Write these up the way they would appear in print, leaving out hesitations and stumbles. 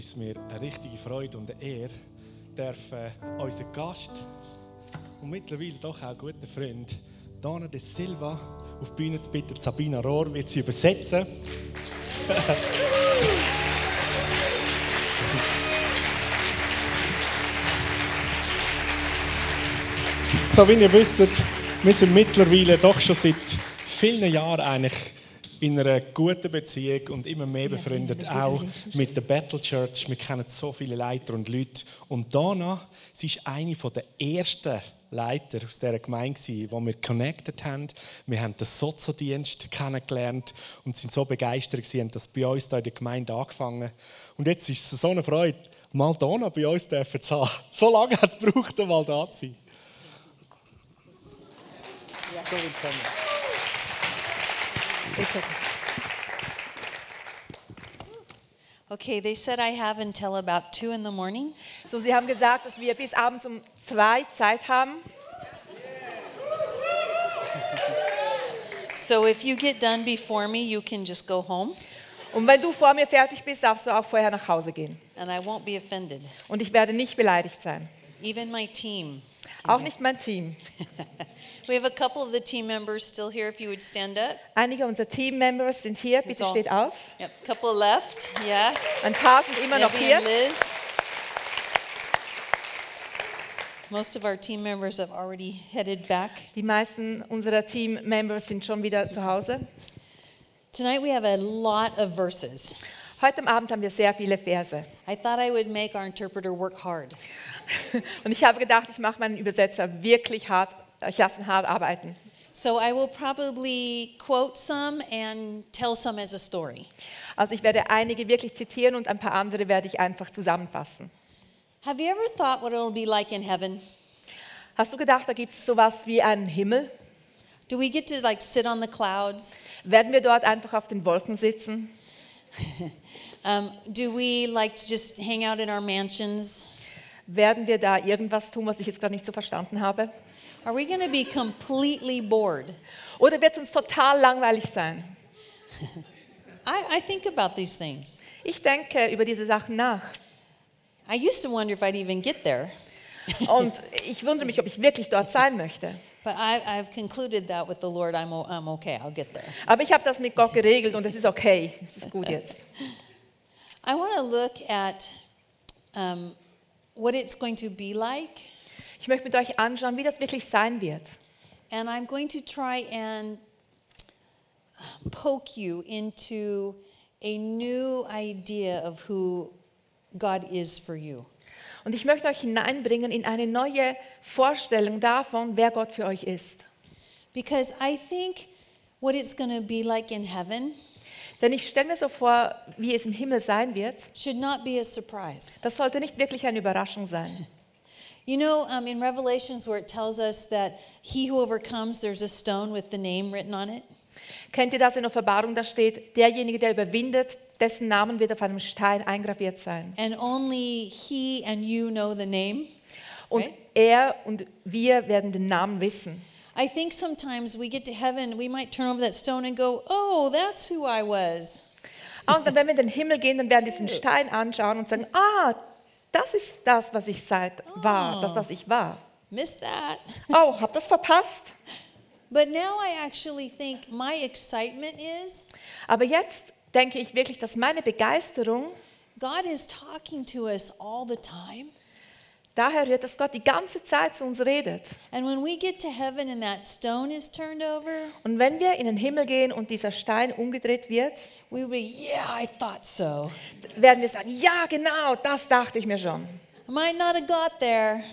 Es ist mir eine richtige Freude und eine Ehre, dürfen unseren Gast und mittlerweile doch auch guten Freund Dana de Silva auf die Bühne zu bitten. Sabina Rohr wird sie übersetzen. So wie ihr wisst, wir sind mittlerweile doch schon seit vielen Jahren eigentlich in einer guten Beziehung und immer mehr befreundet, auch mit der Battle Church. Wir kennen so viele Leiter und Leute. Und Dana, sie ist eine der ersten Leiter aus dieser Gemeinde, wo wir connected haben. Wir haben den Sozo-Dienst kennengelernt und sind so begeistert gewesen, haben das bei uns hier in der Gemeinde angefangen. Und jetzt ist es so eine Freude, mal Dana bei uns zu haben. So lange hat es gebraucht, um mal da zu sein. Yes. So willkommen. It's okay, they said I have until about 2 in the morning. So, Sie haben gesagt, dass wir bis abends um 2 Zeit haben. So if you get done before me, you can just go home. Und wenn du vor mir fertig bist, darfst du auch vorher nach Hause gehen. And I won't be offended. Und ich werde nicht beleidigt sein. Even my team. Auch nicht mein Team. We have a couple of the team members still here, if you would stand up. Einige unserer Team-Members sind hier. Bitte steht auf. Yep, couple left, yeah. Ein paar sind immer noch Debbie hier. and Liz. Most of our team members have already headed back. Die meisten unserer Team-Members sind schon wieder zu Hause. Tonight we have a lot of verses. Heute Abend haben wir sehr viele Verse. I thought I would make our interpreter work hard. Und ich habe gedacht, ich mache meinen Übersetzer wirklich hart. Ich lasse ihn hart arbeiten. So I will probably quote some and tell some as a story. Also ich werde einige wirklich zitieren und ein paar andere werde ich einfach zusammenfassen. Have you ever thought what it'll be like in heaven? Hast du gedacht, da gibt es sowas wie einen Himmel? Do we get to like sit on the clouds? Werden wir dort einfach auf den Wolken sitzen? Do we like to just hang out in our mansions? Werden wir da irgendwas tun, was ich jetzt gerade nicht so verstanden habe? Are we going to be completely bored? Oder wird es uns total langweilig sein? I think about these things. Ich denke über diese Sachen nach. I used to wonder if I'd even get there, Und ich wundere mich, ob ich wirklich dort sein möchte. but I've concluded that with the Lord, I'm okay, I'll get there. Aber ich habe das mit Gott geregelt und es ist okay. Es ist gut jetzt. I want to look at what it's going to be like. Ich möchte mit euch anschauen, wie das wirklich sein wird. And I'm going to try and poke you into a new idea of who God is for you. Und ich möchte euch hineinbringen in eine neue Vorstellung davon, wer Gott für euch ist. Because I think what it's going to be like in heaven Denn ich stelle mir so vor, wie es im Himmel sein wird. should not be a surprise. Das sollte nicht wirklich eine Überraschung sein. You know, in Revelations where it tells us that he who overcomes, there's a stone with the name written on it. Kennt ihr das in Offenbarung? Da steht, derjenige, der überwindet, dessen Namen wird auf einem Stein eingraviert sein. And only he and you know the name. Und Right? er und wir werden den Namen wissen. I think sometimes we get to heaven, we might turn over that stone and go, oh, that's who I was. Und dann, wenn wir in den Himmel gehen, dann werden wir diesen Stein anschauen und sagen, das ist das, was ich war, das, was ich war. Missed that. Oh, hab das verpasst? But now I actually think my excitement is Aber jetzt denke ich wirklich, dass meine Begeisterung God is talking to us all the time. daher rührt, dass Gott die ganze Zeit zu uns redet. And when we get to heaven and that stone is turned over, Und wenn wir in den Himmel gehen und dieser Stein umgedreht wird, we will be, yeah, I thought so. werden wir sagen, ja genau, das dachte ich mir schon. I might not have got there.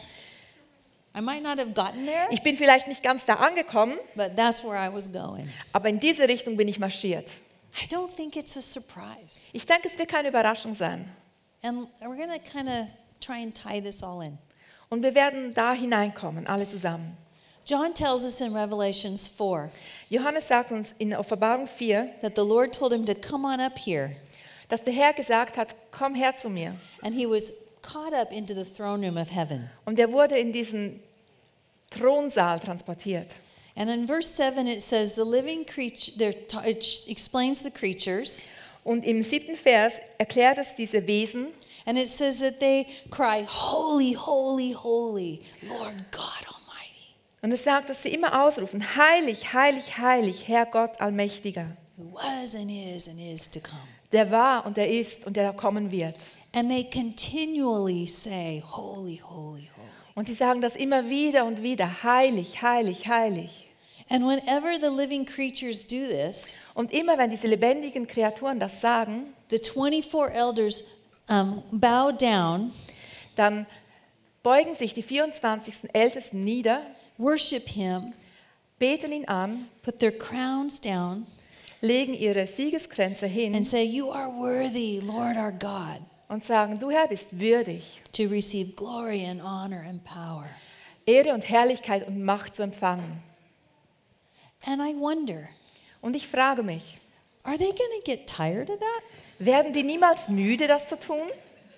I might not have gotten there, Ich bin vielleicht nicht ganz da angekommen, but that's where I was going. aber in diese Richtung bin ich marschiert. I don't think it's a surprise. Ich denke, es wird keine Überraschung sein. And we're going to kind of try and tie this all in. Und wir werden da hineinkommen, alle zusammen. John tells us in Revelations 4 Johannes sagt uns in Offenbarung 4, that the Lord told him to come on up here. dass der Herr gesagt hat, komm her zu mir. And he was caught up into the throne room of heaven. Und er wurde in diesen Thronsaal transportiert. And in verse 7 it says, the living creature, it explains the creatures. Und im 7. Vers erklärt es diese Wesen. And it says that they cry, Holy, holy, holy, Lord God Almighty, Und es sagt, dass sie immer ausrufen, heilig, heilig, heilig, Herr Gott Allmächtiger, who was and is to come. der war und der ist und der kommen wird. And they continually say, Holy, holy, holy. Und die sagen das immer wieder und wieder, heilig, heilig, heilig. And whenever the living creatures do this, Und immer wenn diese lebendigen Kreaturen das sagen, the 24 elders bow down, dann beugen sich die 24. Ältesten nieder, worship him, beten ihn an, put their crowns down, legen ihre Siegeskränze hin and say, You are worthy, Lord our God, und sagen, du Herr bist würdig, to receive glory and honor and power. Ehre und Herrlichkeit und Macht zu empfangen. And I wonder, Und ich frage mich, are they going to get tired of that? werden die niemals müde, das zu tun?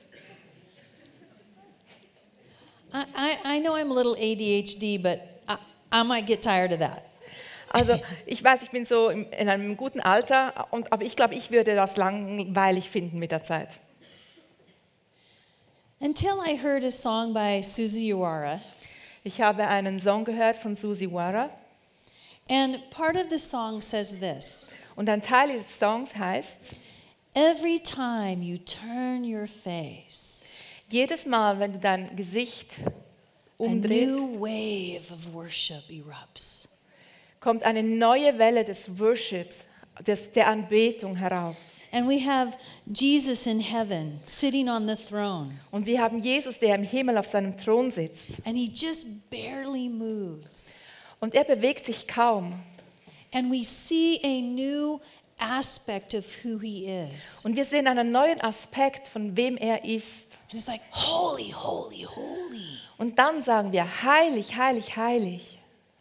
I know I'm a little ADHD, but I might get tired of that. Also ich weiß, ich bin so in einem guten Alter, aber ich glaube, ich würde das langweilig finden mit der Zeit. Until I heard a song by Susie Uwara. Ich habe einen Song gehört von Susie Uwara And part of the song says this: und ein Teil des Songs heißt, Every time you turn your face, jedes Mal, wenn du dein Gesicht a umdrehst, new wave of worship erupts. kommt eine neue Welle des Worships, der Anbetung herauf. And we have Jesus in heaven sitting on the throne, Und wir haben Jesus, der im Himmel auf seinem Thron sitzt. and he just barely moves. Und er bewegt sich kaum. And we see a new aspect of who he is. Und wir sehen einen neuen Aspekt, von wem er ist. And it's like, holy, holy, holy. Und dann sagen wir, heilig, heilig, heilig.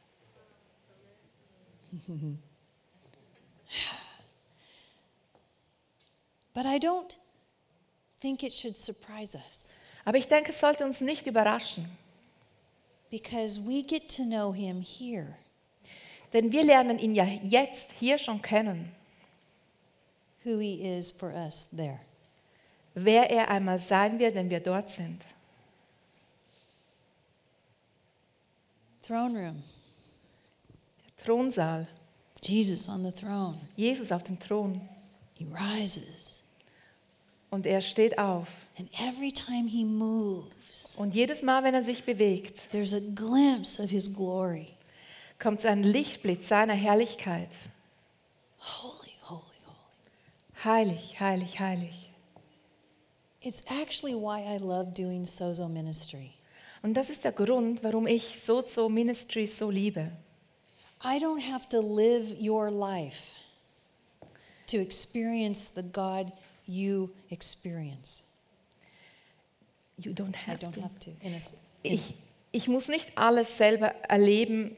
But I don't think it should surprise us, Aber ich denke, es sollte uns nicht überraschen. because we get to know him here. Denn wir lernen ihn ja jetzt hier schon kennen. Who he is for us there. Wer er einmal sein wird, wenn wir dort sind. Throne room. Der Thronsaal. Jesus on the throne. Jesus auf dem Thron. He rises. Und er steht auf. And every time he moves, Und jedes Mal, wenn er sich bewegt, there's a glimpse of his glory. kommt ein Lichtblitz seiner Herrlichkeit. Holy, holy, holy. Heilig, heilig, heilig. It's actually why I love doing Sozo ministry. Und das ist der Grund, warum ich Sozo Ministries so liebe. I don't have to live your life to experience the God you experience. You don't I have don't to. have to. Ich muss nicht alles selber erleben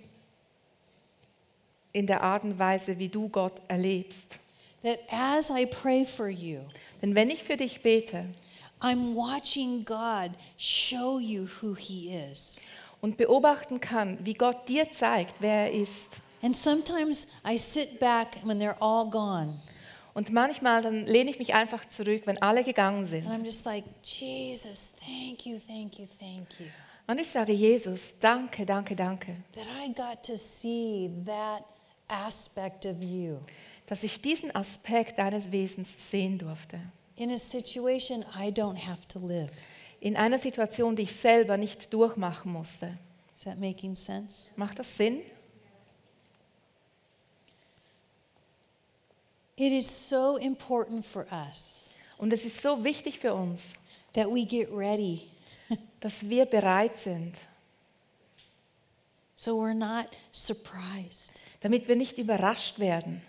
in der Art und Weise, wie du Gott erlebst. That as I pray for you, Denn wenn ich für dich bete I'm watching God show you who he is. und beobachten kann, wie Gott dir zeigt, wer er ist. And sometimes I sit back when they're all gone. Und manchmal dann lehne ich mich einfach zurück, wenn alle gegangen sind. And I'm just like, Jesus, thank you, thank you, thank you. Und ich sage, Jesus, danke, danke, danke, That I got to see that aspect of you dass ich diesen Aspekt deines Wesens sehen durfte. in a situation I don't have to live. In einer Situation, die ich selber nicht durchmachen musste. Is that making sense? Macht das Sinn? It is so important for us Und es ist so wichtig für uns, that we get ready dass wir bereit sind, so we're not surprised. damit wir nicht überrascht werden.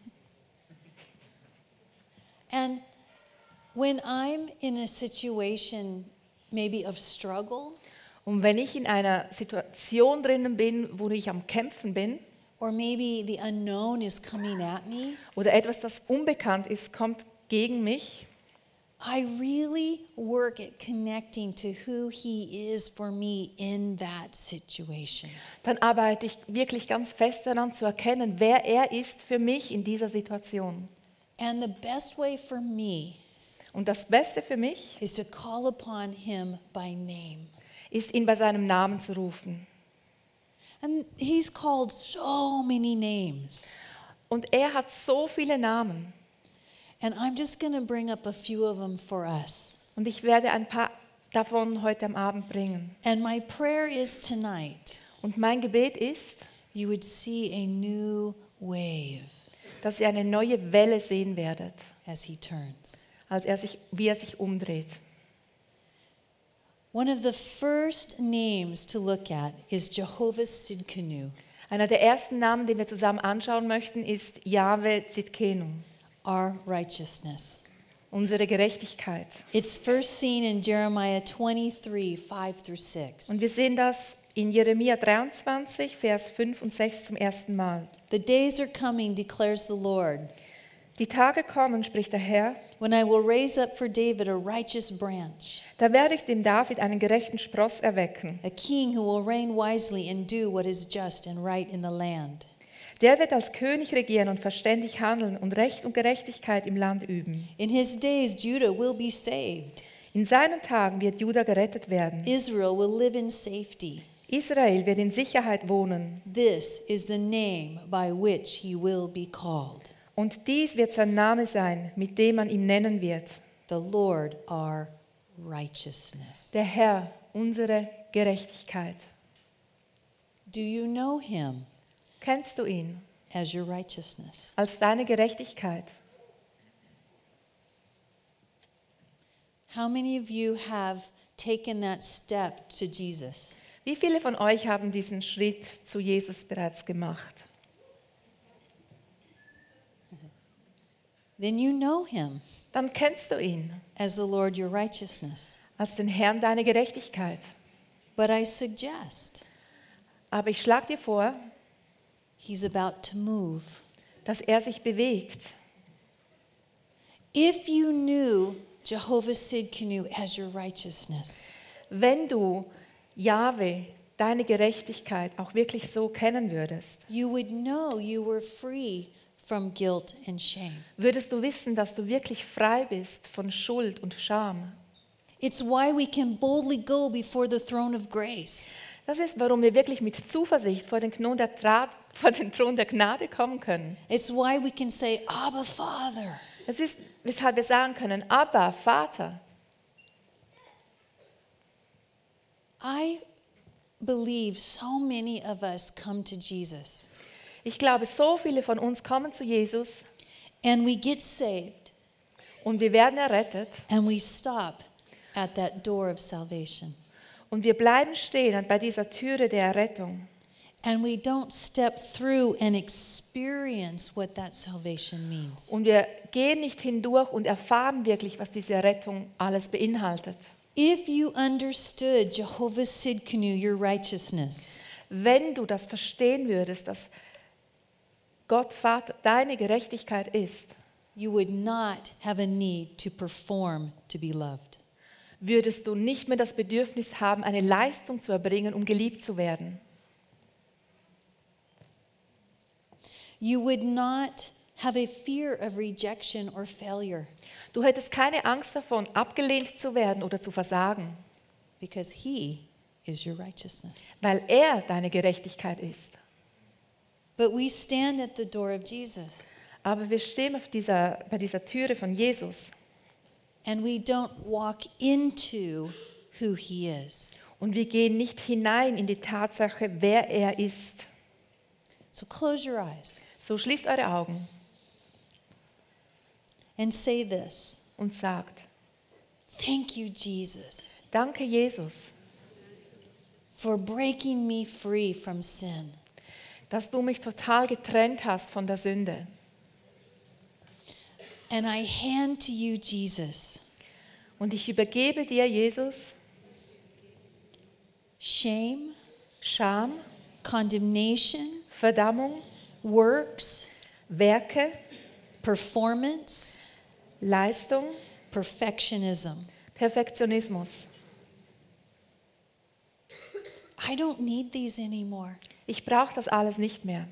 And when I'm in a situation maybe of struggle Und wenn ich in einer Situation drinnen bin, wo ich am Kämpfen bin, or maybe the unknown is coming at me, oder etwas, das unbekannt ist, kommt gegen mich, I really work at connecting to who he is for me in that situation. dann arbeite ich wirklich ganz fest daran zu erkennen, wer er ist für mich in dieser Situation. And the best way for me Und das Beste für mich is to call upon him by name. ist, ihn bei seinem Namen zu rufen. And he's called so many names. Und er hat so viele Namen. And I'm just going to bring up a few of them for us. Und ich werde ein paar davon heute am Abend bringen. And my prayer is tonight, Und mein Gebet ist, you would see a new wave dass ihr eine neue Welle sehen werdet, as he turns. wie er sich umdreht. One of the first names to look at is Jehovah Sidkenu, Einer der ersten Namen, den wir zusammen anschauen möchten, ist Jahwe Tzidkenu, our righteousness. unsere Gerechtigkeit. It's first seen in Jeremiah 23, 5 through 6. Und wir sehen das in Jeremia 23, Vers 5 und 6 zum ersten Mal. The days are coming, declares the Lord, Die Tage kommen, spricht der Herr, when I will raise up for David a righteous branch, da werde ich dem David einen gerechten Spross erwecken. a king who will reign wisely and do what is just and right in the land. Der wird als König regieren und verständig handeln und Recht und Gerechtigkeit im Land üben. In his days, Judah will be saved. In seinen Tagen wird Juda gerettet werden. Israel will live in safety. Israel wird in Sicherheit wohnen. This is the name by which he will be called, Und dies wird sein Name sein, mit dem man ihn nennen wird. the Lord our righteousness. Der Herr, unsere Gerechtigkeit. Do you know him Kennst du ihn as your righteousness? als deine Gerechtigkeit? How many of you have taken that step to Jesus? Wie viele von euch haben diesen Schritt zu Jesus bereits gemacht? Then you know him Dann kennst du ihn as the Lord your righteousness. als den Herrn deine Gerechtigkeit. But I suggest Aber ich schlage dir vor, he's about to move. dass er sich bewegt. If you knew Jehovah Sidkenu as your righteousness, Wenn du Jahwe, deine Gerechtigkeit, auch wirklich so kennen würdest, you would know you were free from guilt and shame. würdest du wissen, dass du wirklich frei bist von Schuld und Scham. It's why we can boldly go before the throne of grace. Das ist, warum wir wirklich mit Zuversicht vor den Thron der Gnade kommen können. It's why we can say, Abba, Father. Es ist, weshalb wir sagen können, Abba, Vater. I believe so many of us come to Jesus Ich glaube, so viele von uns kommen zu Jesus and we get saved und wir werden errettet and we stop at that door of salvation. und wir bleiben stehen bei dieser Türe der Errettung. And we don't step through and experience what that salvation means. Und wir gehen nicht hindurch und erfahren wirklich, was diese Errettung alles beinhaltet. If you understood Jehovah Sidkenu, your righteousness, Wenn du das verstehen würdest, dass Gott Vater deine Gerechtigkeit ist, you would not have a need to perform to be loved. würdest du nicht mehr das Bedürfnis haben, eine Leistung zu erbringen, um geliebt zu werden. You would not have a fear of rejection or failure Du hättest keine Angst davon, abgelehnt zu werden oder zu versagen, because He is your righteousness. weil er deine Gerechtigkeit ist. But we stand at the door of Jesus Aber wir stehen bei dieser Türe von Jesus and we don't walk into who He is. und wir gehen nicht hinein in die Tatsache, wer er ist. So close your eyes So schließt eure Augen and say this. und sagt, Thank you, Jesus, danke Jesus, for breaking me free from sin. dass du mich total getrennt hast von der Sünde. And I hand to you, Jesus, Und ich übergebe dir, Jesus, shame, Scham, condemnation, Verdammung, works, Werke, performance, Leistung, perfectionism. Perfektionismus. I don't need these anymore Ich brauche das alles nicht mehr,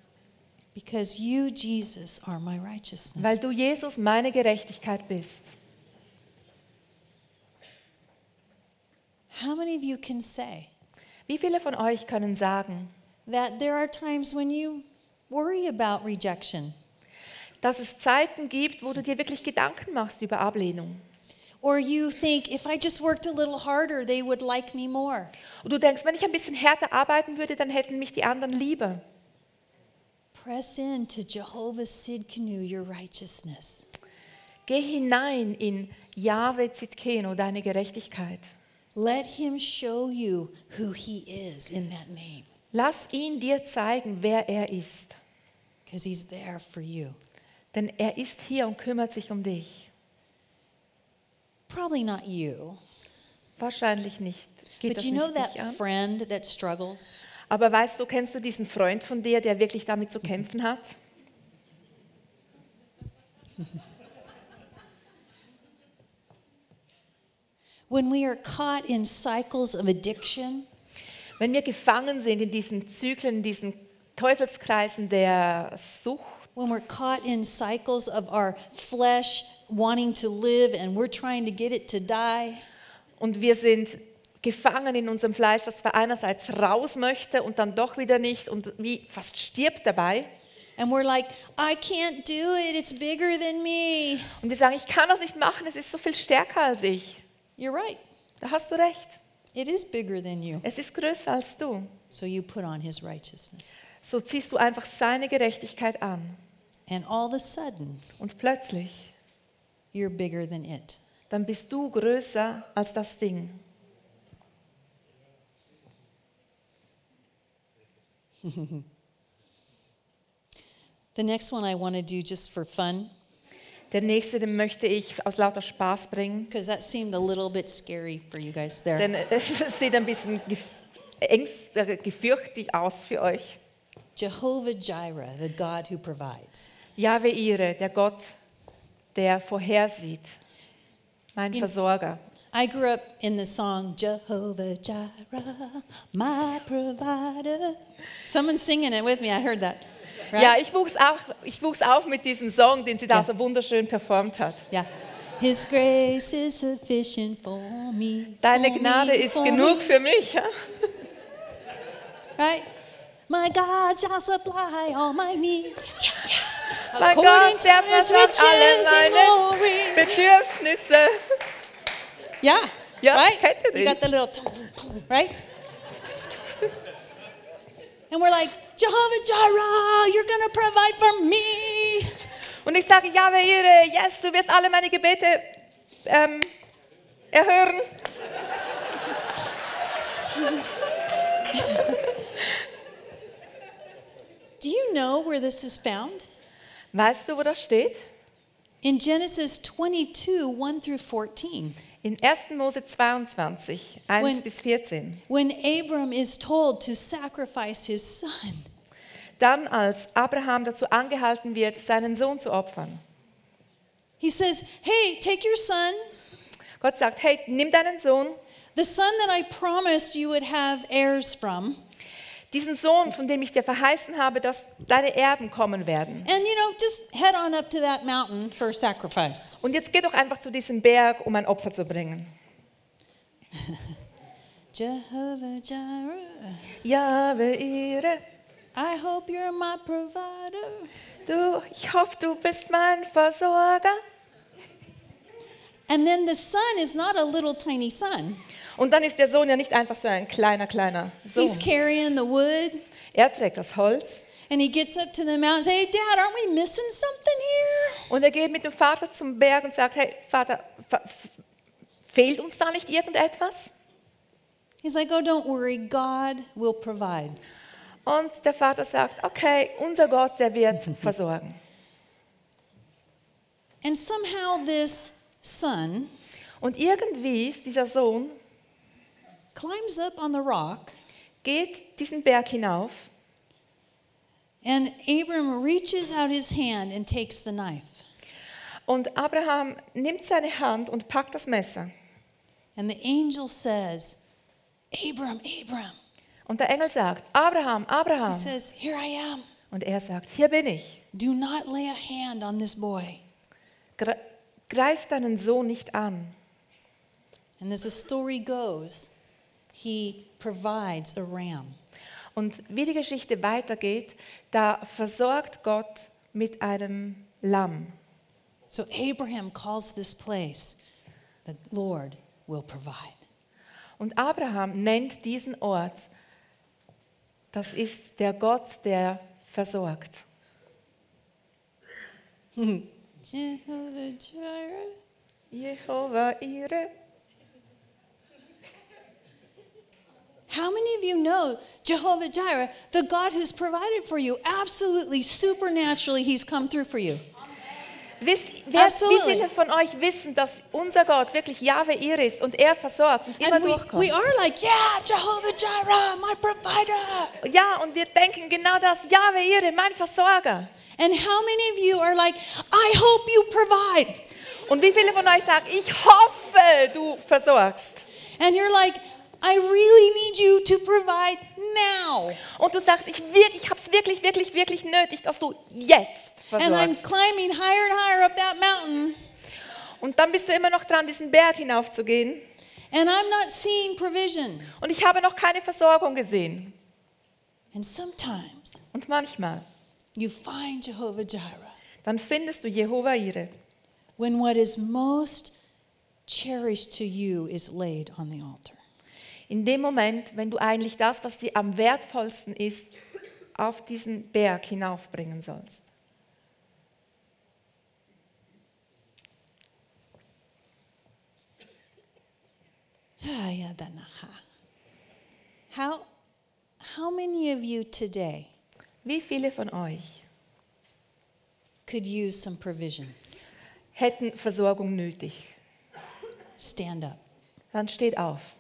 because you, Jesus, are my righteousness. weil du, Jesus, meine Gerechtigkeit bist. of you can say Wie viele von euch können sagen, that there are times when you worry about rejection? dass es Zeiten gibt, wo du dir wirklich Gedanken machst über Ablehnung. Or you think, if I just worked a little harder, they would like me more. Und du denkst, wenn ich ein bisschen härter arbeiten würde, dann hätten mich die anderen lieber. Press into Jehovah's Sidkenu, your righteousness. Geh hinein in Jahwe Tzidkenu, deine Gerechtigkeit. Let him show you who he is in that name, Lass ihn dir zeigen, wer er ist. because he's there for you. Denn er ist hier und kümmert sich um dich. Probably not you, Wahrscheinlich nicht. Geht but das you know nicht that dich an? friend that struggles? Aber weißt du, kennst du diesen Freund von dir, der wirklich damit zu kämpfen hat? When we are caught in cycles of addiction, Wenn wir gefangen sind in diesen Zyklen, in diesen Teufelskreisen der Sucht, when we're caught in cycles of our flesh wanting to live and we're trying to get it to die, und wir sind gefangen in unserem Fleisch, das zwar einerseits raus möchte und dann doch wieder nicht und wie fast stirbt dabei. and we're like, I can't do it, it's bigger than me. Und wir sagen, ich kann das nicht machen, es ist so viel stärker als ich. You're right, Da hast du recht. it is bigger than you. Es ist größer als du. So you put on his righteousness. So ziehst du einfach seine Gerechtigkeit an. And all of a sudden, Und plötzlich, you're bigger than it. dann bist du größer als das Ding. The next one I want to do just for fun, Der nächste, den möchte ich aus lauter Spaß bringen. because that seemed a little bit scary for you guys there. Denn es sieht ein bisschen gefürchtig aus für euch. Jehovah Jireh, the God who provides. Jahwe Ire, der Gott, der vorhersieht. Mein In- Versorger. I grew up in the song Jehovah Jireh, my provider. Someone's singing it with me. I heard that. Right? Ja, ich wuchs auf mit diesem Song, den sie da Ja. so wunderschön performt hat. Yeah. His grace is sufficient for me. Deine for Gnade me, ist for genug me. für mich. Ja? Right? My God shall supply all my needs. Mein According Gott, to der his versorgt alle riches in meine glory. Bedürfnisse. Yeah. Ja, right? kennt ihr You den? got the little, right? And we're like, Jehovah Jireh, you're going to provide for me. Und ich sage, Jahwe Ire, yes, du wirst alle meine Gebete erhören. Do you know where this is found? Weißt du, wo das steht? In Genesis 22, 1 through 14. In 1. Mose 22, 1 When- bis 14. When Abram is told to sacrifice his son. Dann, als Abraham dazu angehalten wird, seinen Sohn zu opfern. He says, hey, take your son, Gott sagt, hey, nimm deinen Sohn, the son that I promised you would have heirs from. diesen Sohn, von dem ich dir verheißen habe, dass deine Erben kommen werden. And, just head on up to that mountain for sacrifice. Und jetzt geh doch einfach zu diesem Berg, um ein Opfer zu bringen. Jehovah Jireh, Jahwe Ire, I hope you're my provider. ich hoffe, du bist mein Versorger. And then the son is not a little tiny son. Und dann ist der Sohn ja nicht einfach so ein kleiner Sohn. He's carrying the wood. Er trägt das Holz And he gets up to the mountain and says, hey, Dad, aren't we missing something here? und er geht mit dem Vater zum Berg und sagt, hey Vater, fehlt uns da nicht irgendetwas? He's like, oh, don't worry, God will provide. Und der Vater sagt, okay, unser Gott, der wird versorgen. And somehow this son Und irgendwie ist dieser Sohn, climbs up on the rock, geht diesen Berg hinauf and Abram reaches out his hand and takes the knife. und Abraham nimmt seine Hand und packt das Messer. And the angel says, Abram, Abram. Und der Engel sagt, Abraham, He Abraham. says, here I am. Und er sagt, hier bin ich. Do not lay a hand on this boy. Greif deinen Sohn nicht an. And as the story goes, he provides a ram. Und wie die Geschichte weitergeht, da versorgt Gott mit einem Lamm. So Abraham calls this place, the Lord will provide. Und Abraham nennt diesen Ort, das ist der Gott, der versorgt. Jehovah Jireh. Jehova Ire. How many of you know Jehovah Jireh, the God who's provided for you? Absolutely, supernaturally, he's come through for you. Wie Absolutely. viele von euch wissen, dass unser Gott wirklich Jahwe Ire ist und er versorgt und immer And we durchkommt? are like, yeah, Jehovah Jireh, my provider. Ja, und wir denken genau das, Jahwe Ire, mein Versorger. And how many of you are like, I hope you provide? Und wie viele von euch sagen, ich hoffe, du versorgst. And you're like, I really need you to provide now. Und du sagst, ich habe es wirklich, wirklich, wirklich nötig, dass du jetzt And I'm versorgst. climbing higher and higher up that mountain, Und dann bist du immer noch dran, diesen Berg hinaufzugehen. and I'm not seeing provision. Und ich habe noch keine Versorgung gesehen. And sometimes Und manchmal, you find Jehovah Jireh dann findest du Jehova Ire, when what is most cherished to you is laid on the altar. in dem Moment, wenn du eigentlich das, was dir am wertvollsten ist, auf diesen Berg hinaufbringen sollst. How many of you today Wie viele von euch could use some provision? hätten Versorgung nötig? Stand up. Dann steht auf.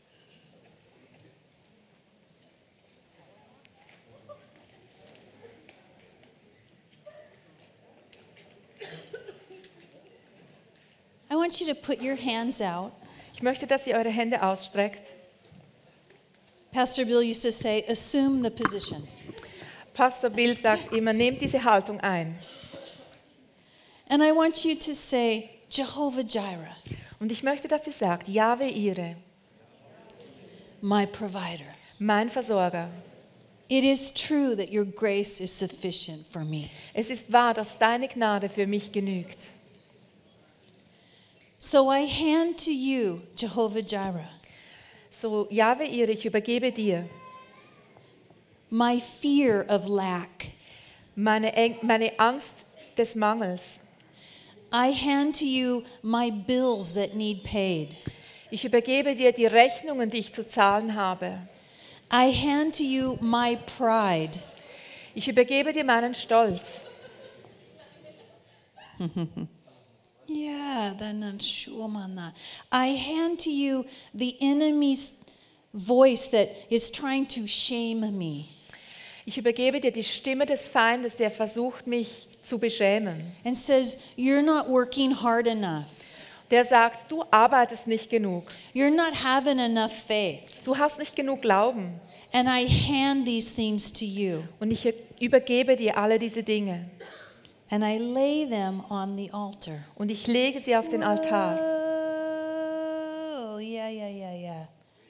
I want you to put your hands out. Ich möchte, dass ihr eure Hände ausstreckt. Pastor Bill used to say, assume the position. Pastor Bill sagt immer, nehmt diese Haltung ein. And I want you to say, Jehovah Jireh, Und ich möchte, dass sie sagt, Jahwe Ire, my provider. mein Versorger. It is true that your grace is sufficient for me. Es ist wahr, dass deine Gnade für mich genügt. So I hand to you, Jehovah Jireh, So, Jahwe Ire, ich übergebe dir my fear of lack. meine Angst des Mangels. I hand to you my bills that need paid. Ich übergebe dir die Rechnungen, die ich zu zahlen habe. I hand to you my pride. Ich übergebe dir meinen Stolz. Yeah, I hand to you the enemy's voice that is trying to shame me. Ich übergebe dir die Stimme des Feindes, der versucht, mich zu beschämen. And says, you're not working hard enough. Der sagt, du arbeitest nicht genug. You're not having enough faith. Du hast nicht genug Glauben. And I hand these things to you. Und ich übergebe dir alle diese Dinge. And I lay them on the altar. Und ich lege sie auf den Altar. Oh, yeah.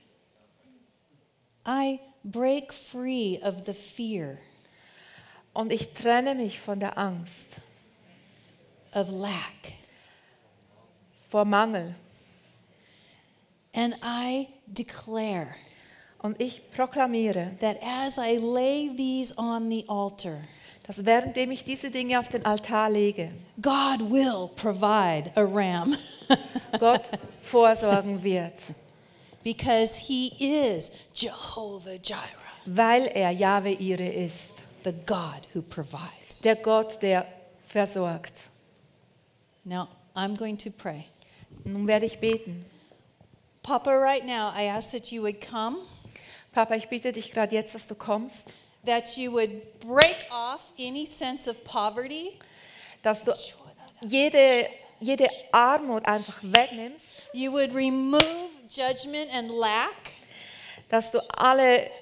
I break free of the fear Und ich trenne mich von der Angst, of lack. vor Mangel. And I declare Und ich proklamiere, that as I lay these on the altar, dass währenddem ich diese Dinge auf den Altar lege, God will provide a ram. Gott vorsorgen wird, Because he is Jehovah Jireh, weil er Jahwe Ire ist, the God who provides. der Gott, der versorgt. Now, I'm going to pray. Nun werde ich beten. Papa, right now, I ask that you would come, Papa, ich bitte dich gerade jetzt, dass du kommst, that you would break off any sense of poverty. dass du jede Armut einfach wegnimmst, You would remove judgment and lack. dass du alle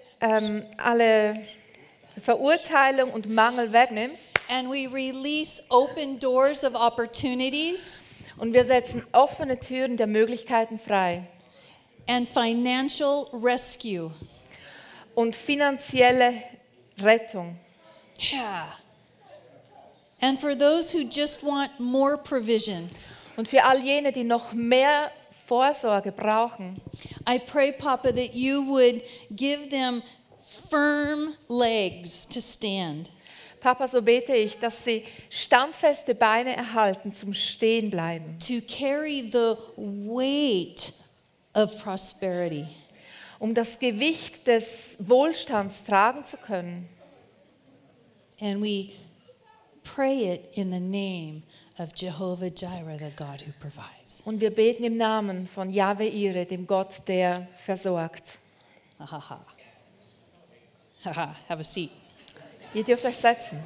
Verurteilung und Mangel wegnimmst And we release open doors of opportunities. und wir setzen offene Türen der Möglichkeiten frei. and financial rescue. und finanzielle Rettung. Yeah. And for those who just want more provision, Und für all jene, die noch mehr Vorsorge brauchen, I pray, Papa, that you would give them firm legs to stand. Papa, so bete ich, dass sie standfeste Beine erhalten zum Stehenbleiben, To carry the weight of prosperity. um das Gewicht des Wohlstands tragen zu können. And we pray it in the name of Jehovah Jireh, the God who provides. Und wir beten im Namen von Jahwe Ire, dem Gott, der versorgt. Ha ha ha. Ha ha. Have a seat. Ihr dürft euch setzen.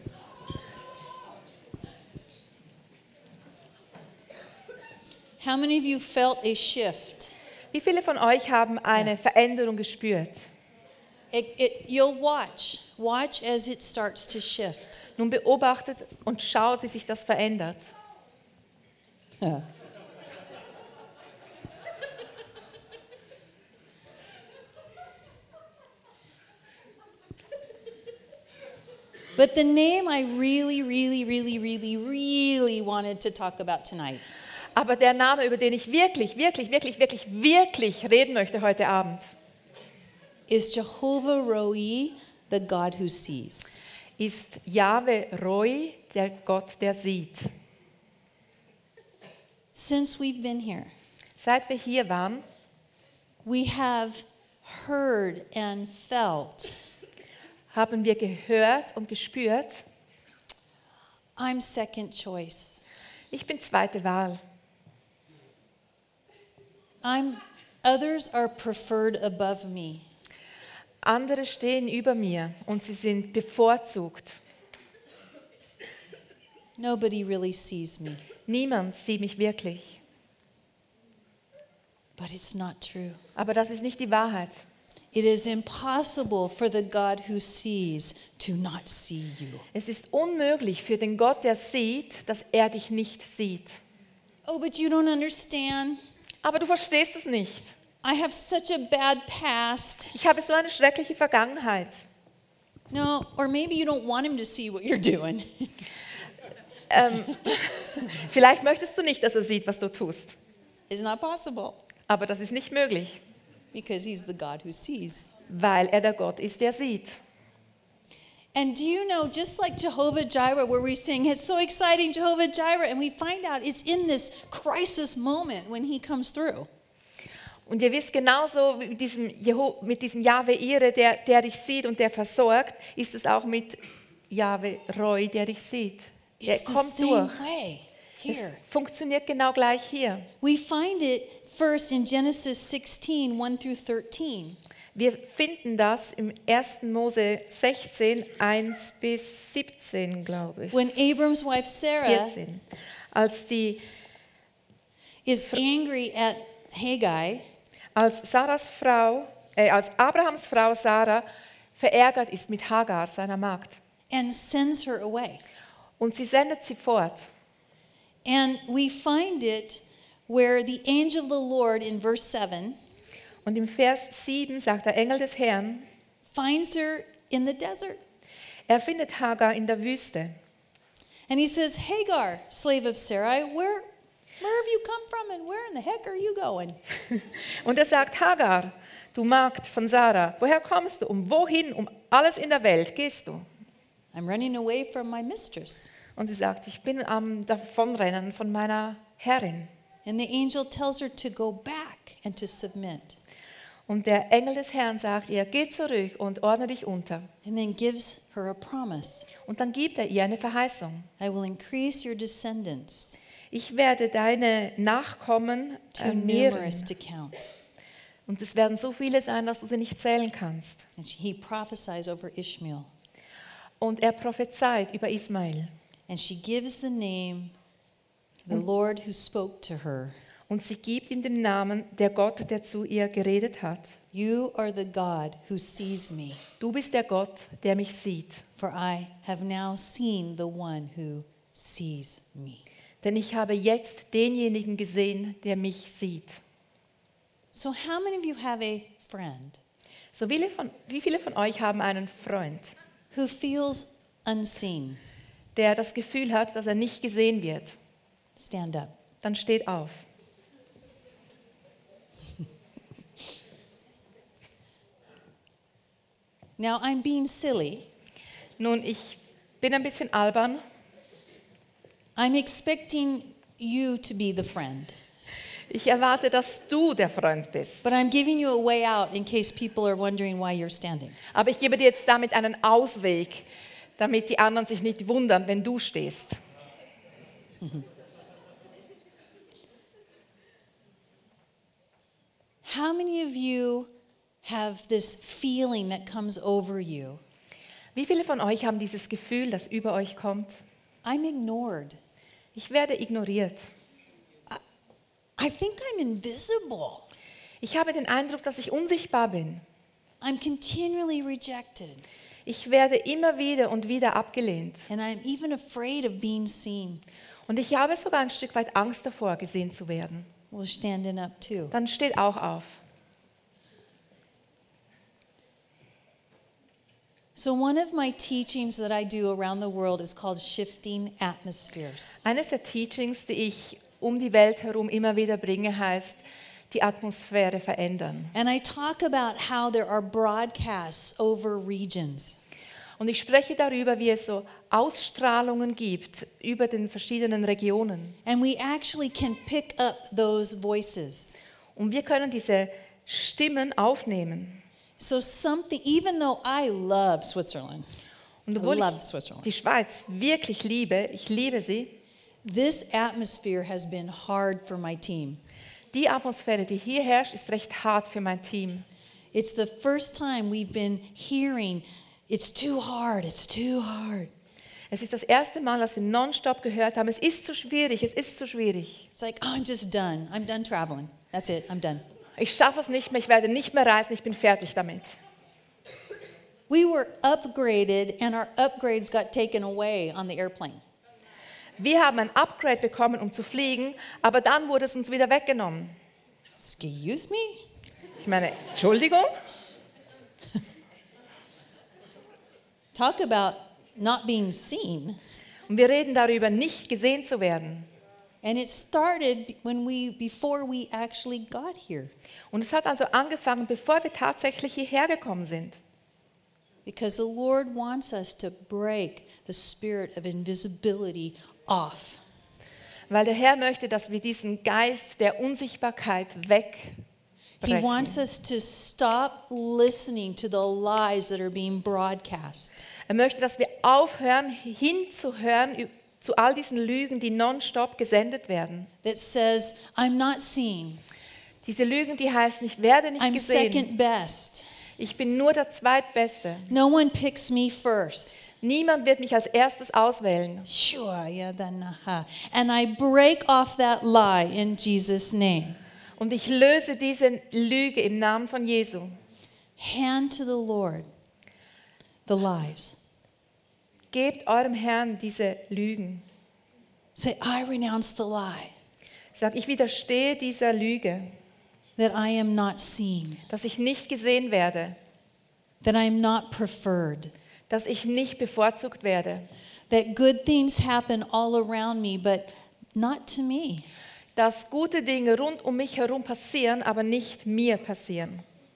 How many of you felt a shift? Wie viele von euch haben eine Veränderung gespürt? You'll watch. Watch as it starts to shift. Nun beobachtet und schaut, wie sich das verändert. But the name I really wanted to talk about tonight Aber der Name, über den ich wirklich reden möchte heute Abend, is Jehovah Roi, the God who sees. ist Jahwe Roi, der Gott, der sieht. Since we've been here, Seit wir hier waren, we have heard and felt, haben wir gehört und gespürt, I'm second choice. ich bin zweite Wahl. Others are preferred above me. Andere stehen über mir und sie sind bevorzugt. Nobody really sees me. Niemand sieht mich wirklich. But it's not true. Aber das ist nicht die Wahrheit. It is impossible for the God who sees to not see you. Es ist unmöglich für den Gott, der sieht, dass er dich nicht sieht. Oh, but you don't understand. Aber du verstehst es nicht. I have such a bad past. Ich habe so eine schreckliche Vergangenheit. No, or maybe you don't want him to see what you're doing. Vielleicht möchtest du nicht, dass er sieht, was du tust. It's not possible Aber das ist nicht möglich, because he's the God who sees. weil er der Gott ist, der sieht. And do you know, just like Jehovah Jireh, where we sing, it's so exciting, Jehovah Jireh, and we find out it's in this crisis moment when he comes through. Und ihr wisst genauso mit diesem Jahwe Ire, der dich sieht und der versorgt, ist es auch mit Jahwe Roi, der dich sieht. Er It's the kommt same durch. way Es here. funktioniert genau gleich hier. We find it first in Genesis 16, 1 through 13. Wir finden das im 1. Mose 16, 1 bis 17, glaube ich. When Abram's wife Sarah 14. Als is angry at Haggai, als Abrahams Frau Sarah verärgert ist mit Hagar, seiner Magd. and sends her away. Und sie sendet sie fort. And we find it where the angel of the Lord in verse 7 Und im Vers 7 sagt der Engel des Herrn, finds her in the desert. er findet Hagar in der Wüste. And he says, Hagar, slave of Sarai, where have you come from and where in the heck are you going? Und er sagt, Hagar, du Magd von Sarah, woher kommst du und wohin um alles in der Welt gehst du? I'm running away from my mistress. Und sie sagt, ich bin am Davonrennen von meiner Herrin. And the angel tells her to go back and to submit. Und der Engel des Herrn sagt ihr, geh zurück und ordne dich unter. And then gives her a promise. Und dann gibt er ihr eine Verheißung. I will increase your descendants Ich werde deine Nachkommen too mehren. numerous to count. Und es werden so viele sein, dass du sie nicht zählen kannst. And he prophesies over Ishmael. Und er prophezeit über Ismael. And she gives the name, the Lord who spoke to her. Und sie gibt ihm den Namen, der Gott, der zu ihr geredet hat. You are the God who sees me, Du bist der Gott, der mich sieht. for I have now seen the one who sees me. Denn ich habe jetzt denjenigen gesehen, der mich sieht. So how many of you have a friend So wie viele von euch haben einen Freund, who feels unseen? der das Gefühl hat, dass er nicht gesehen wird? Stand up. Dann steht auf. Now I'm being silly. Nun, ich bin ein bisschen albern. I'm expecting you to be the friend. Ich erwarte, dass du der Freund bist. But I'm giving you a way out in case people are wondering why you're standing. Aber ich gebe dir jetzt damit einen Ausweg, damit die anderen sich nicht wundern, wenn du stehst. How many of you have this feeling that comes over you? Wie viele von euch haben dieses Gefühl, das über euch kommt? I'm ignored. Ich werde ignoriert. I think I'm invisible. Ich habe den Eindruck, dass ich unsichtbar bin. I'm continually rejected. Ich werde immer wieder und wieder abgelehnt. And I'm even afraid of being seen. Und ich habe sogar ein Stück weit Angst davor, gesehen zu werden. Well, standing up too. Dann steht auch auf. So one of my teachings that I do around the world is called shifting atmospheres. Eines der Teachings, die ich um die Welt herum immer wieder bringe, heißt, die Atmosphäre verändern. And I talk about how there are broadcasts over regions. Und ich spreche darüber, wie es so Ausstrahlungen gibt über den verschiedenen Regionen. And we actually can pick up those voices. Und wir können diese Stimmen aufnehmen. So something, even though I love Switzerland, Und I obwohl love ich Switzerland, die Schweiz wirklich liebe, ich liebe sie, this atmosphere has been hard for my team. die Atmosphäre, die hier herrscht, ist recht hart für mein Team. It's the first time we've been hearing, it's too hard, it's too hard. Es ist das erste Mal, dass wir nonstop gehört haben, es ist zu schwierig, es ist zu schwierig. It's like, oh, I'm just done. I'm done traveling. That's it, I'm done. Ich schaffe es nicht mehr, ich werde nicht mehr reisen, ich bin fertig damit. We were upgraded and our upgrades got taken away on the airplane. Wir haben ein Upgrade bekommen, um zu fliegen, aber dann wurde es uns wieder weggenommen. Excuse me? Ich meine, Entschuldigung? Talk about not being seen. Und wir reden darüber, nicht gesehen zu werden. And it started before we actually got here. Und es hat also angefangen, bevor wir tatsächlich hierher gekommen sind. Because the Lord wants us to break the spirit of invisibility off. Weil der Herr möchte, dass wir diesen Geist der Unsichtbarkeit wegbrechen. He wants us to stop listening to the lies that are being broadcast. Er möchte, dass wir aufhören, hinzuhören zu all diesen Lügen, die nonstop gesendet werden. That says, I'm not seen. Diese Lügen, die heißen, ich werde nicht I'm gesehen. second best. Ich bin nur der Zweitbeste. No one picks me first. Niemand wird mich als erstes auswählen. Sure, yeah, then, and I break off that lie in Jesus' name. Und ich löse diese Lüge im Namen von Jesu. Hand to the Lord the lies. Gebt eurem Herrn diese Lügen. Say, I renounce the lie Sag, ich widerstehe dieser Lüge, that I am not seen, dass ich nicht gesehen werde, that I am not preferred, dass ich nicht bevorzugt werde, that good things happen all around me, but not to me. dass gute Dinge rund um mich herum passieren, aber nicht mir passieren.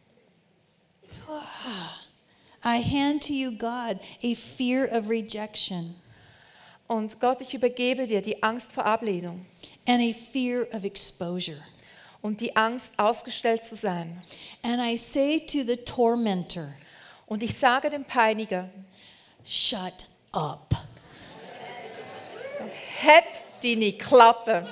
I hand to you, God, a fear of rejection Und Gott, ich übergebe dir die Angst vor Ablehnung and a fear of exposure. und die Angst, ausgestellt zu sein. And I say to the tormentor, Und ich sage dem Peiniger, shut up. heb deine Klappe.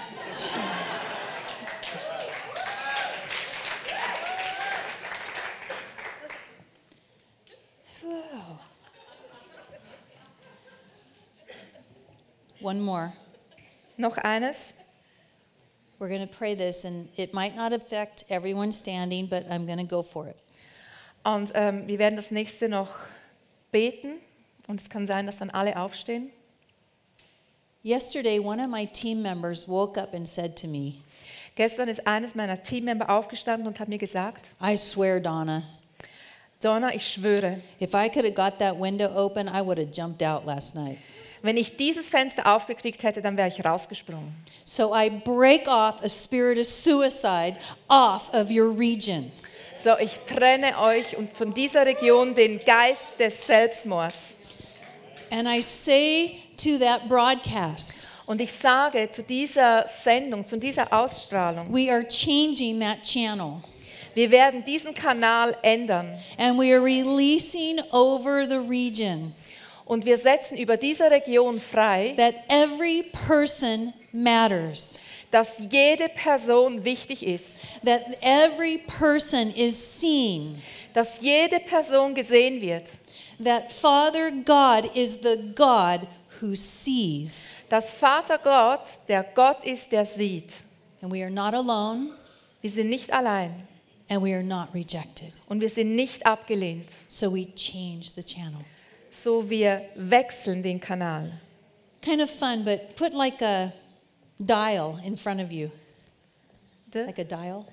One more. Noch eines. We're going to pray this, and it might not affect everyone standing, but I'm going to go for it. Und wir werden das nächste noch beten. Und es kann sein, dass dann alle aufstehen. Yesterday, one of my team members woke up and said to me, Gestern ist eines meiner Teammember aufgestanden und hat mir gesagt, I swear, Donna, Donna, ich schwöre, if I could have got that window open, I would have jumped out last night. wenn ich dieses Fenster aufgekriegt hätte, dann wäre ich rausgesprungen. So I break off a spirit of suicide off of your region. So, ich trenne euch und von dieser Region den Geist des Selbstmords. And I say to that broadcast, Und ich sage zu dieser Sendung, zu dieser Ausstrahlung, we are changing that channel. wir werden diesen Kanal ändern. And we are releasing over the region Und wir setzen über diese Region frei, that every person matters. dass jede Person wichtig ist, That every person is seen. dass jede Person gesehen wird, That Father God is the God who sees. dass Vater Gott der Gott ist, der sieht. And we are not alone Wir sind nicht allein and we are not rejected. und wir sind nicht abgelehnt. So we change the channel. So, wir wechseln den Kanal. Kind of fun, but put like a dial in front of you. Like a dial,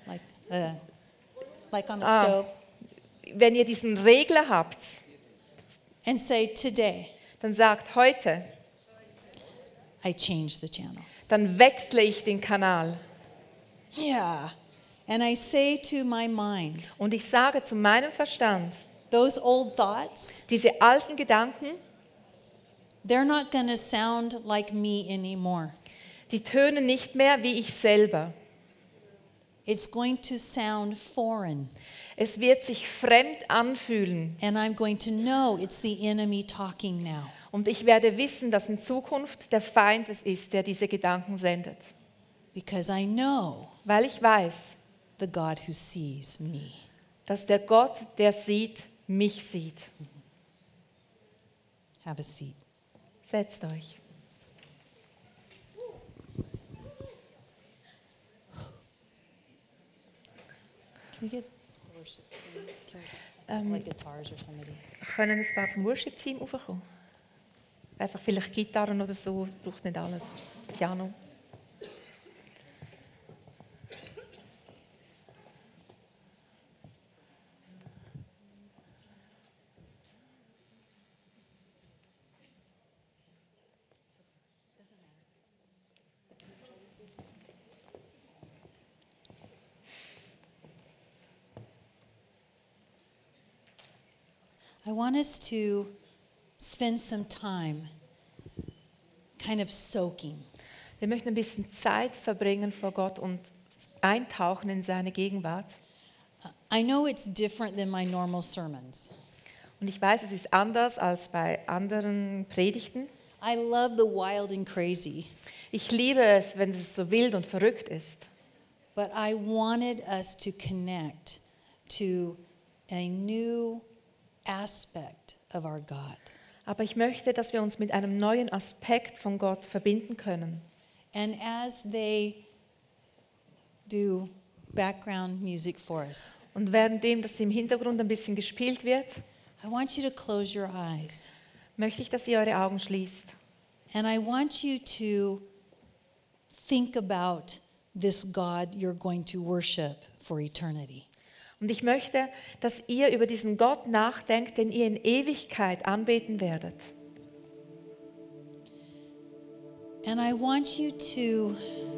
like on a stove. Wenn ihr diesen Regler habt, And say, today, dann sagt heute, I change the channel. dann wechsle ich den Kanal. Yeah. And I say to my mind, Und ich sage zu meinem Verstand, those old thoughts, diese alten Gedanken, they're not going to sound like me anymore. die tönen nicht mehr wie ich selber. It's going to sound foreign. Es wird sich fremd anfühlen. And I'm going to know it's the enemy talking now. Und ich werde wissen, dass in Zukunft der Feind es ist, der diese Gedanken sendet. Because I know Weil ich weiß, the God who sees me. dass der Gott, der sieht, mich sieht. Have a seat. Setzt euch. Can we get the worship team? Like guitars or somebody? Können ein paar vom Worship-Team raufkommen? Einfach vielleicht Gitarren oder so, es braucht nicht alles. Piano. I want us to spend some time kind of soaking. Wir möchten ein bisschen Zeit verbringen vor Gott und eintauchen in seine Gegenwart. I know it's different than my normal sermons. Und ich weiß, es ist anders als bei anderen Predigten. I love the wild and crazy, Ich liebe es, wenn es so wild und verrückt ist. but I wanted us to connect to a new aspect of our God. Aber ich möchte, dass wir uns mit einem neuen Aspekt von Gott verbinden können. And as they do background music for us, Und währenddem, dass im Hintergrund ein bisschen gespielt wird, I want you to close your eyes. möchte ich, dass ihr eure Augen schließt. And I want you to think about this God you're going to worship for eternity. Und ich möchte, dass ihr über diesen Gott nachdenkt, den ihr in Ewigkeit anbeten werdet. And I want you to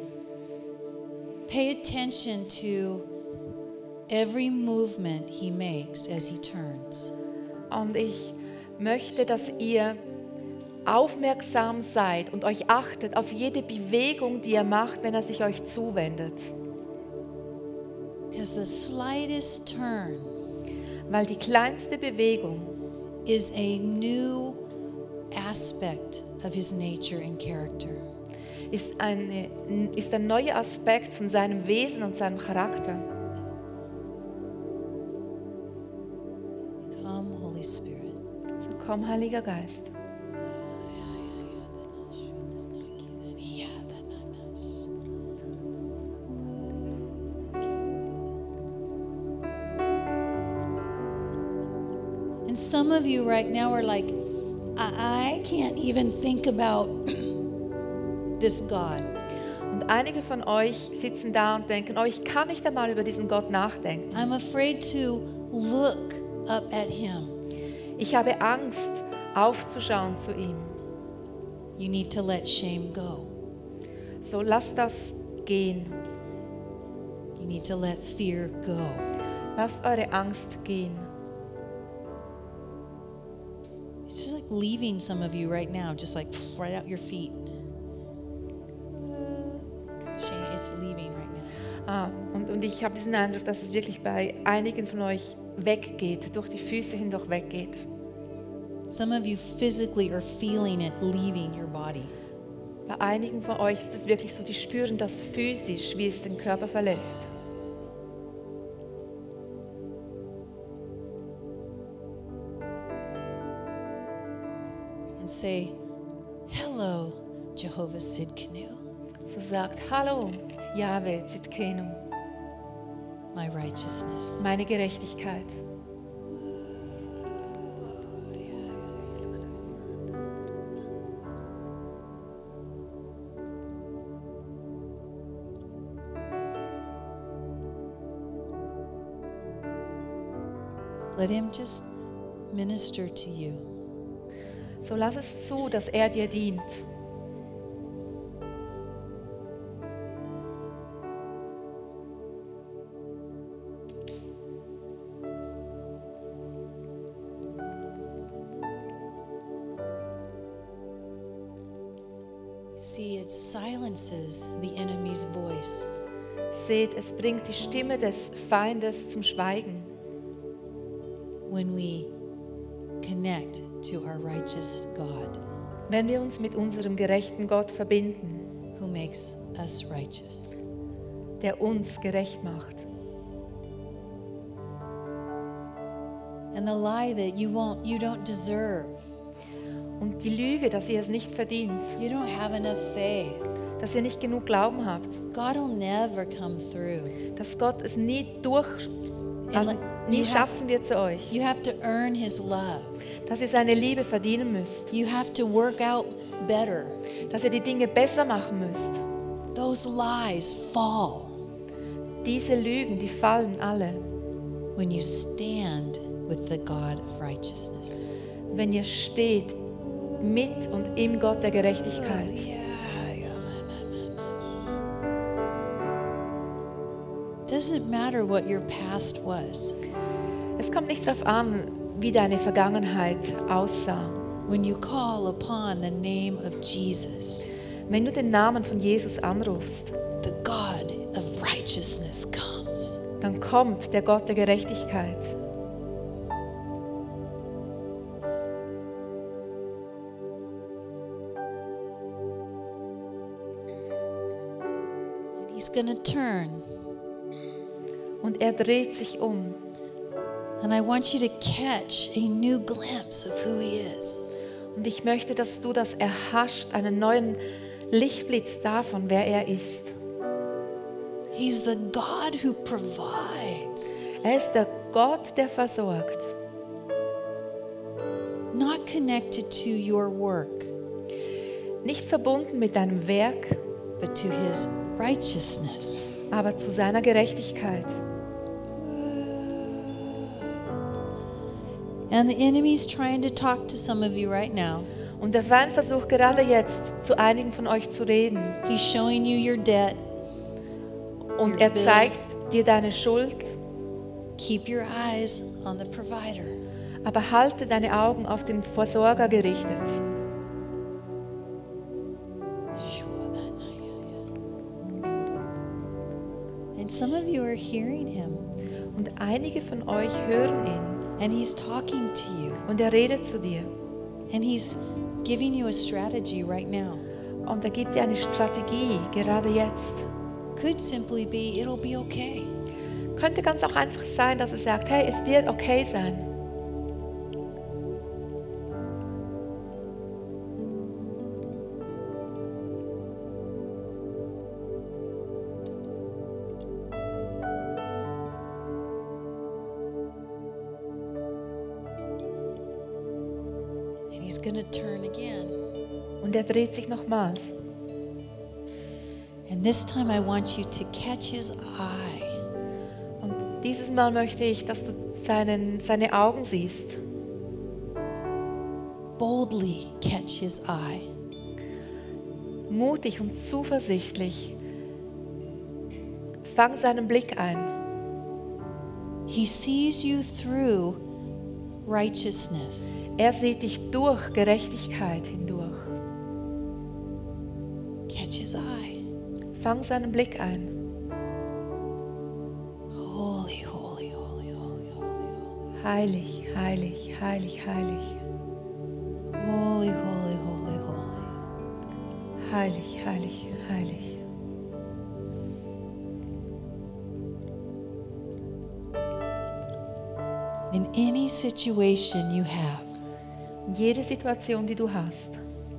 pay attention to every movement he makes as he turns. Und ich möchte, dass ihr aufmerksam seid und euch achtet auf jede Bewegung, die er macht, wenn er sich euch zuwendet. Because the slightest turn Weil die kleinste Bewegung is a new aspect of his nature and character. ist ein neuer Aspekt von seinem Wesen und seinem Charakter. Come, Holy Spirit. So komm, Heiliger Geist. And some of you right now are like, I can't even think about this God. Und einige von euch sitzen da und denken, oh, ich kann nicht einmal über diesen Gott nachdenken. I'm afraid to look up at him. Ich habe Angst, aufzuschauen zu ihm. You need to let shame go. So lasst das gehen. You need to let fear go. Lasst eure Angst gehen. It's just like leaving some of you right now, just like right out your feet. Shame, it's leaving right now. Und ich habe diesen Eindruck, dass es wirklich bei einigen von euch weggeht, durch die Füße hindurch weggeht. Some of you physically are feeling it leaving your body. Bei einigen von euch ist es wirklich so, die spüren das physisch, wie es den Körper verlässt. And say, hello, Jehovah Sidkenu, So sagt, hallo, Jahwe Tzidkenu, my righteousness. meine Gerechtigkeit. Let him just minister to you. So lass es zu, dass er dir dient. See, it silences the enemy's voice. Seht, es bringt die Stimme des Feindes zum Schweigen, When we connect to our righteous God wenn wir uns mit unserem gerechten Gott verbinden, who makes us righteous. der uns gerecht macht. And the lie that you don't deserve. Und die Lüge, dass ihr es nicht verdient, You don't have enough faith. dass ihr nicht genug Glauben habt, God will never come through. dass Gott es nie nie You schaffen wird zu euch, You have to earn his love. dass ihr seine Liebe verdienen müsst, You have to work out better. dass ihr die Dinge besser machen müsst. Those lies fall Diese Lügen, die fallen alle, when you stand with the God of righteousness. wenn ihr steht mit und im Gott der Gerechtigkeit. Doesn't matter what your past was. Es kommt nicht darauf an, wie deine Vergangenheit aussah. When you call upon the name of Jesus, Wenn du den Namen von Jesus anrufst, the God of righteousness comes. dann kommt der Gott der Gerechtigkeit. And he's going to turn. Und er dreht sich um. And I want you to catch a new glimpse of who he is. Und ich möchte, dass du das erhascht, einen neuen Lichtblitz davon, wer er ist. He's the God who provides, Er ist der Gott, der versorgt. not connected to your work, Nicht verbunden mit deinem Werk, but to his righteousness. aber zu seiner Gerechtigkeit. And the enemy's trying to talk to some of you right now. Und der Feind versucht gerade jetzt, zu einigen von euch zu reden. He's showing you your debt. Und er zeigt dir deine Schuld, Keep your eyes on the provider. aber halte deine Augen auf den Versorger gerichtet. And some of you are hearing him, Und einige von euch hören ihn. and he's talking to you, Und er redet zu dir. and he's giving you a strategy right now. Und er gibt dir eine Strategie, gerade jetzt. Could simply be, it'll be okay. Könnte ganz auch einfach sein, dass er sagt, hey, es wird okay sein. And he's going to turn again. Und er dreht sich nochmals. And this time I want you to catch his eye. Und dieses Mal möchte ich, dass du seine Augen siehst. Boldly catch his eye. Mutig und zuversichtlich. Fang seinen Blick ein. He sees you through righteousness. Er sieht dich durch Gerechtigkeit hindurch. Catch his eye. Fang seinen Blick ein. Holy, holy, holy, holy, holy, Heilig, heilig, heilig, heilig. holy, holy, holy, holy. Heilig, heilig, heilig. In any situation you have, Jede Situation, die du hast,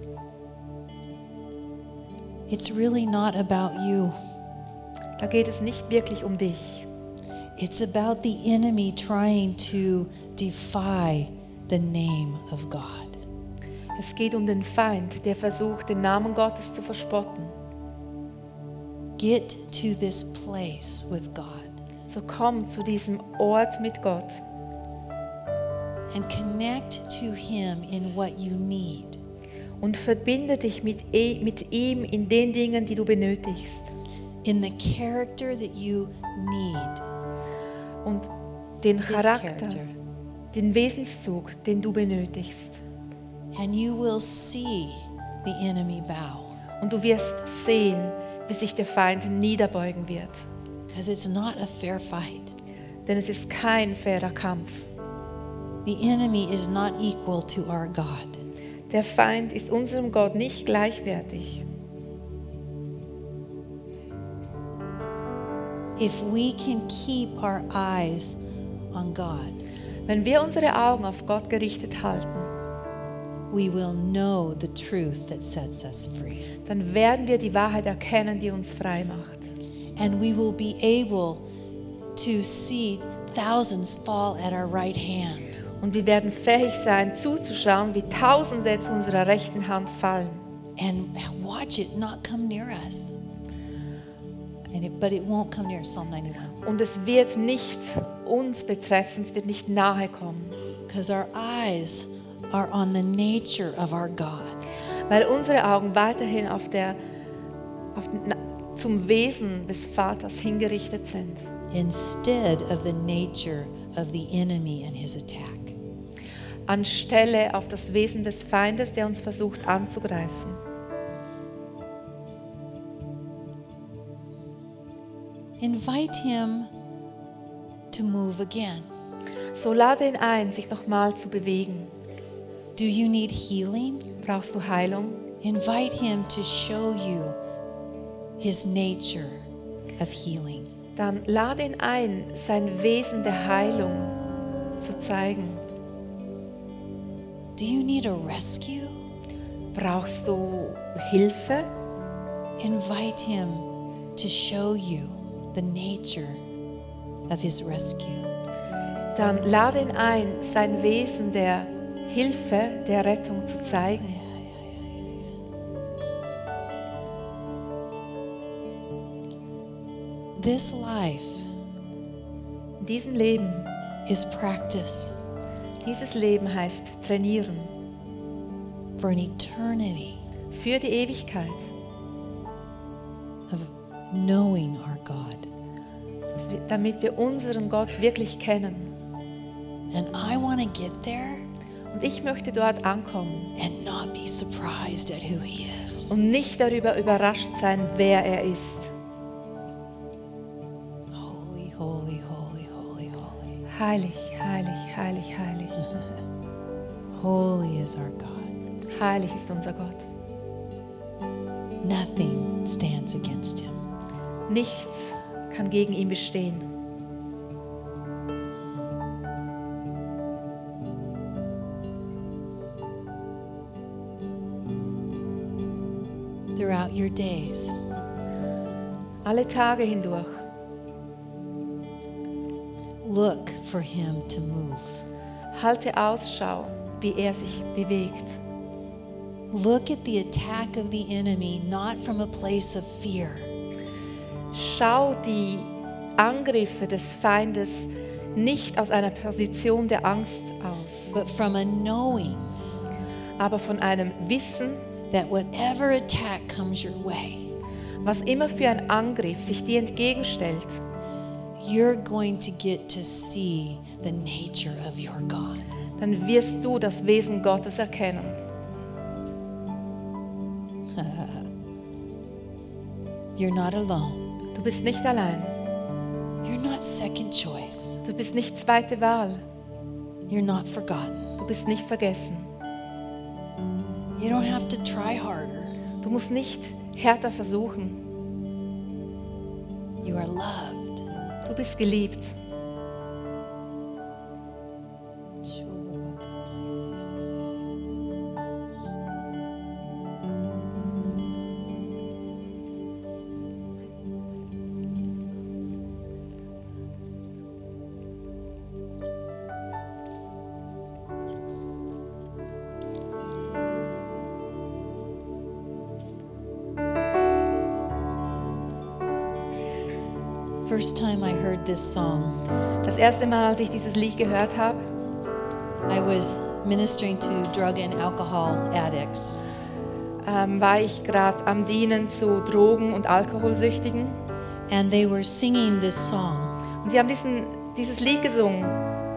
it's really not about you. da geht es nicht wirklich um dich. It's about the enemy trying to defy the name of God. Es geht um den Feind, der versucht, den Namen Gottes zu verspotten. Get to this place with God So komm zu diesem Ort mit Gott and connect to Him in what you need. und verbinde dich mit ihm in den Dingen, die du benötigst. In the character that you need. Und den His Charakter, character. den Wesenszug, den du benötigst. And you will see the enemy bow. Und du wirst sehen, wie sich der Feind niederbeugen wird. Because it's not a fair fight. Denn es ist kein fairer Kampf. The enemy is not equal to our God. Der Feind ist unserem Gott nicht gleichwertig. If we can keep our eyes on God, Wenn wir unsere Augen auf Gott gerichtet halten, we will know the truth that sets us free. dann werden wir die Wahrheit erkennen, die uns frei macht. And we will be able to see thousands fall at our right hand. Und wir werden fähig sein, zuzuschauen, wie Tausende zu unserer rechten Hand fallen. And watch it not come near us. But it won't come near Psalm 91. Und es wird nicht uns betreffen, es wird nicht nahe kommen. Because our eyes are on the nature of our God. Weil unsere Augen weiterhin zum Wesen des Vaters hingerichtet sind. Instead of the nature of the enemy and his attack. Anstelle auf das Wesen des Feindes, der uns versucht anzugreifen. Invite him to move again. So lade ihn ein, sich nochmal zu bewegen. Do you need healing? Brauchst du Heilung? Invite him to show you his nature of healing. Dann lade ihn ein, sein Wesen der Heilung zu zeigen. Do you need a rescue? Brauchst du Hilfe? Invite him to show you the nature of his rescue. Dann lade ihn ein, sein Wesen der Hilfe, der Rettung zu zeigen. This life In diesem Leben, is practice dieses Leben heißt trainieren for an eternity für die Ewigkeit, of knowing our God. damit wir unseren Gott wirklich kennen. And I want to get there Und ich möchte dort ankommen and not be surprised at who he is. und nicht darüber überrascht sein, wer er ist. Holy, holy, holy, holy, holy. Heilig, heilig, heilig, heilig. Holy is our God. Heilig ist unser Gott. Nothing stands against him. Nichts kann gegen ihn bestehen. Throughout your days, Alle Tage hindurch look for him to move. halte Ausschau, wie er sich bewegt. Look at the attack of the enemy not from a place of fear, schau die Angriffe des Feindes nicht aus einer Position der Angst aus, but from a knowing aber von einem Wissen, that whatever attack comes your way, was immer für ein Angriff sich dir entgegenstellt, you're going to get to see the nature of your God. dann wirst du das Wesen Gottes erkennen. You're not alone. Du bist nicht allein. You're not second choice. Du bist nicht zweite Wahl. You're not forgotten. Du bist nicht vergessen. You don't have to try harder. Du musst nicht härter versuchen. You are loved. Du bist geliebt. First time I heard this song, Das erste Mal, als ich dieses Lied gehört habe, I was ministering to drug and alcohol addicts. war ich gerade am Dienen zu Drogen- und Alkoholsüchtigen. And they were singing this song. Und sie haben dieses Lied gesungen.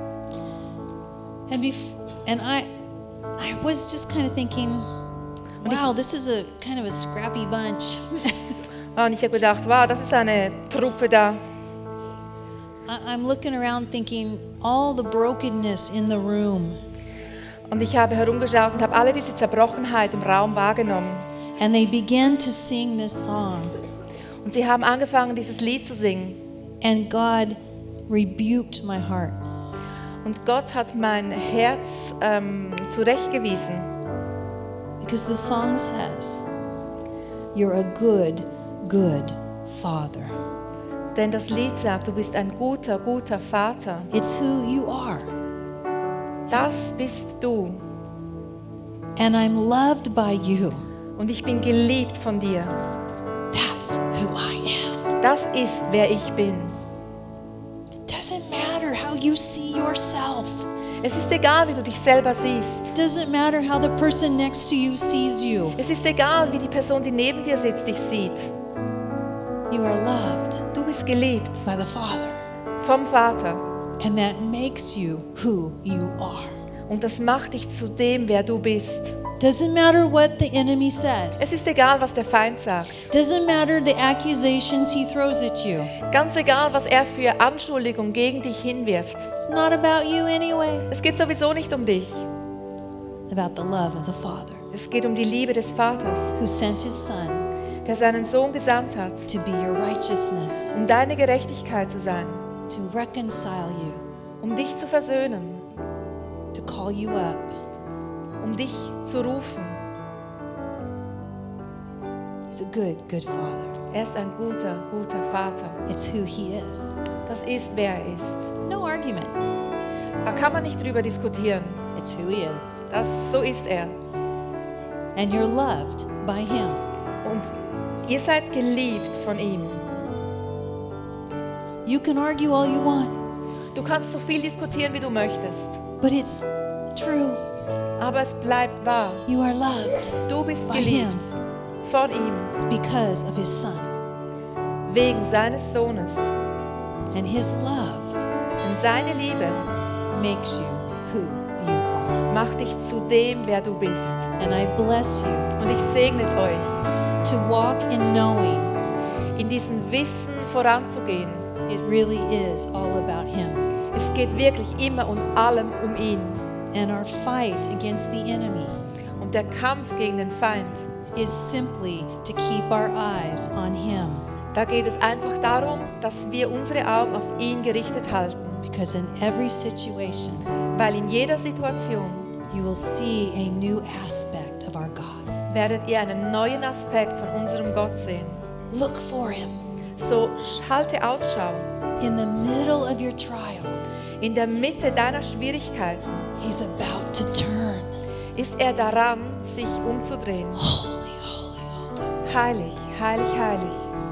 And I was just kind of thinking, wow, this is a kind of a scrappy bunch. Und ich habe gedacht, wow, das ist eine Truppe da. I'm looking around thinking all the brokenness in the room. Und ich habe herumgeschaut und habe alle diese Zerbrochenheit im Raum wahrgenommen. And they began to sing this song. Und sie haben angefangen, dieses Lied zu singen. And God rebuked my heart. Und Gott hat mein Herz zurechtgewiesen. Because the song says, you're a good, good Father. Denn das Lied sagt, du bist ein guter, guter Vater. It's who you are. Das bist du. And I'm loved by you. Und ich bin geliebt von dir. That's who I am. Das ist, wer ich bin. Doesn't matter how you see yourself. Es ist egal, wie du dich selber siehst. Doesn't matter how the person next to you sees you. Es ist egal, wie die Person, die neben dir sitzt, dich sieht. You are loved Du bist geliebt by the Father. vom Vater. And that makes you who you are. Und das macht dich zu dem, wer du bist. Doesn't matter what the enemy says. Es ist egal, was der Feind sagt. Doesn't matter the accusations he throws at you. Ganz egal, was er für Anschuldigungen gegen dich hinwirft. It's not about you anyway. Es geht sowieso nicht um dich. It's about the love of the Father Es geht um die Liebe des Vaters, who sent his Son der seinen Sohn gesandt hat, to be your righteousness, um deine Gerechtigkeit zu sein, to reconcile you, um dich zu versöhnen, to call you up. um dich zu rufen. He's a good, good Father. Er ist ein guter, guter Vater. It's who he is. Das ist, wer er ist. No argument. Da kann man nicht drüber diskutieren. It's who he is. So ist er. And you're loved by him. Und ihr seid geliebt von ihm. You can argue all you want, Du kannst so viel diskutieren, wie du möchtest. but it's true. Aber es bleibt wahr. You are loved Du bist by geliebt him von ihm, because of his Son. wegen seines Sohnes. And his love Denn seine Liebe makes you who you are. macht dich zu dem, wer du bist. And I bless you Und ich segne euch, to walk in knowing in diesem Wissen voranzugehen. it really is all about him. Es geht wirklich immer und allem um ihn. And our fight against the enemy Und der Kampf gegen den Feind, is simply to keep our eyes on him. da geht es einfach darum, dass wir unsere Augen auf ihn gerichtet halten. Because in every situation, Weil in jeder Situation you will see a new aspect of our God. werdet ihr einen neuen Aspekt von unserem Gott sehen. Look for him So halte Ausschau. in the middle of your trial. In der Mitte deiner Schwierigkeiten He's about to turn. ist er daran, sich umzudrehen. Holy, holy, holy. Heilig, heilig, heilig.